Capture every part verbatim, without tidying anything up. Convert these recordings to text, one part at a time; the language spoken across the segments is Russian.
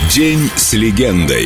День с легендой.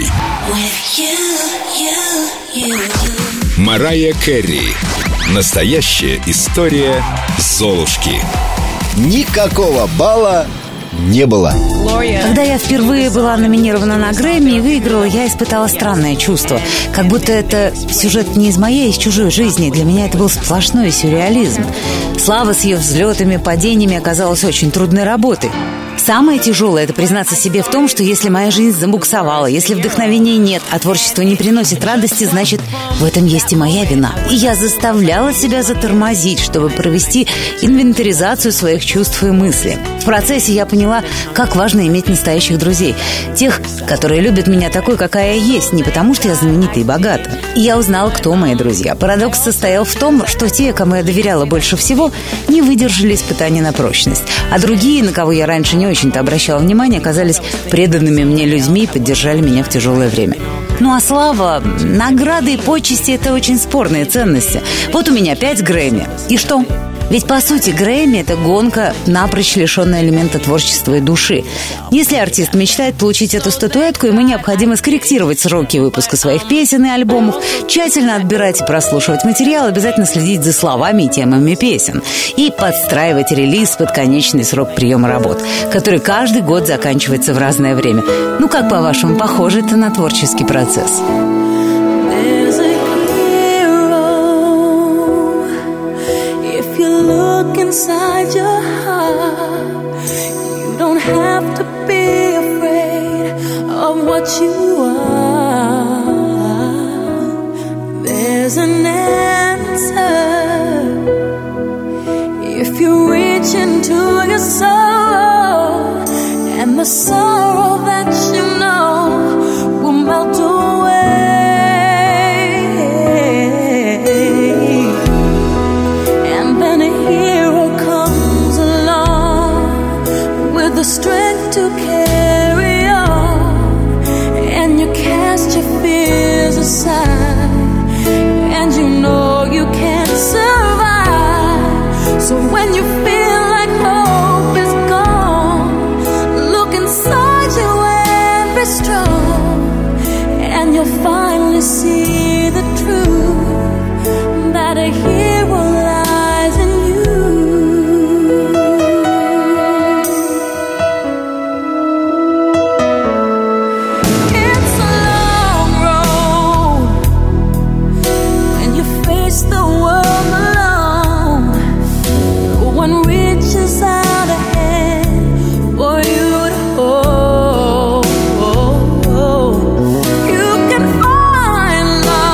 Марайя Кэрри. Настоящая история Золушки. Никакого балла не было. Когда я впервые была номинирована на Грэмми и выиграла, я испытала странное чувство. Как будто это сюжет не из моей, а из чужой жизни. Для меня это был сплошной сюрреализм. Слава с ее взлетами, падениями оказалась очень трудной работой. Самое тяжелое – это признаться себе в том, что если моя жизнь забуксовала, если вдохновения нет, а творчество не приносит радости, значит, в этом есть и моя вина. И я заставляла себя затормозить, чтобы провести инвентаризацию своих чувств и мыслей. В процессе я поняла, как важно иметь настоящих друзей. Тех, которые любят меня такой, какая я есть, не потому что я знаменита и богата. И я узнала, кто мои друзья. Парадокс состоял в том, что те, кому я доверяла больше всего, не выдержали испытаний на прочность. А другие, на кого я раньше не очень-то обращала внимание, оказались преданными мне людьми и поддержали меня в тяжелое время. Ну а слава, награды и почести – это очень спорные ценности. Вот у меня пять Грэмми. И что? Ведь, по сути, Грэмми – это гонка, напрочь лишенная элемента творчества и души. Если артист мечтает получить эту статуэтку, ему необходимо скорректировать сроки выпуска своих песен и альбомов, тщательно отбирать и прослушивать материал, обязательно следить за словами и темами песен и подстраивать релиз под конечный срок приема работ, который каждый год заканчивается в разное время. Ну, как, по-вашему, похоже это на творческий процесс? Inside your heart, you don't have to be afraid of what you are. There's an answer if you reach into your soul, and the sorrow that you know will melt away. The strength to carry on, and you cast your fears aside, and you know you can't survive. So when you feel like hope is gone, look inside you and be strong, and you'll finally see the truth that a hero lies in you. Find love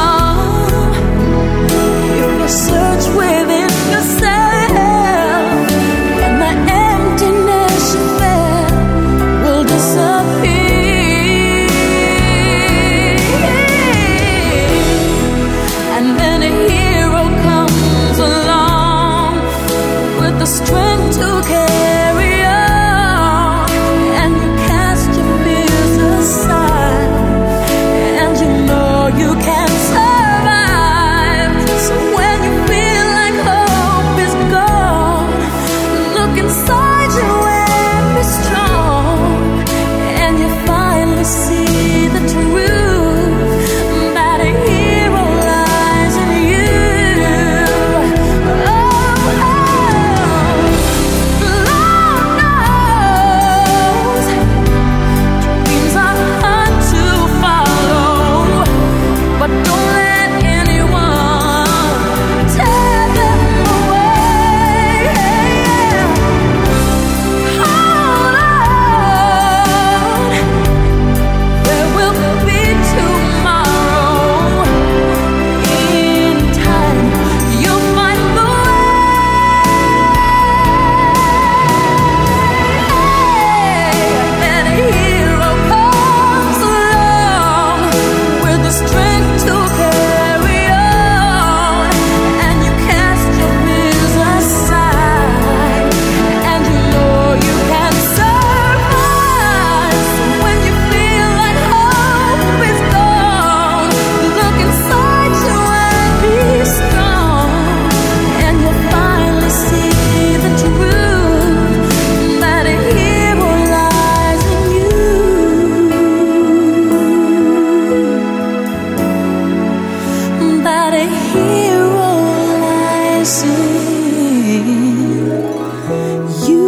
missing you.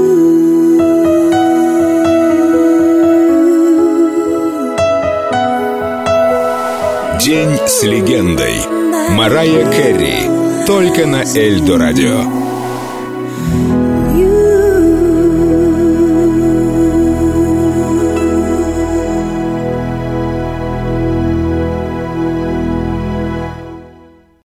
День с легендой. Марайя Кэрри. Только на Эльдо Радио.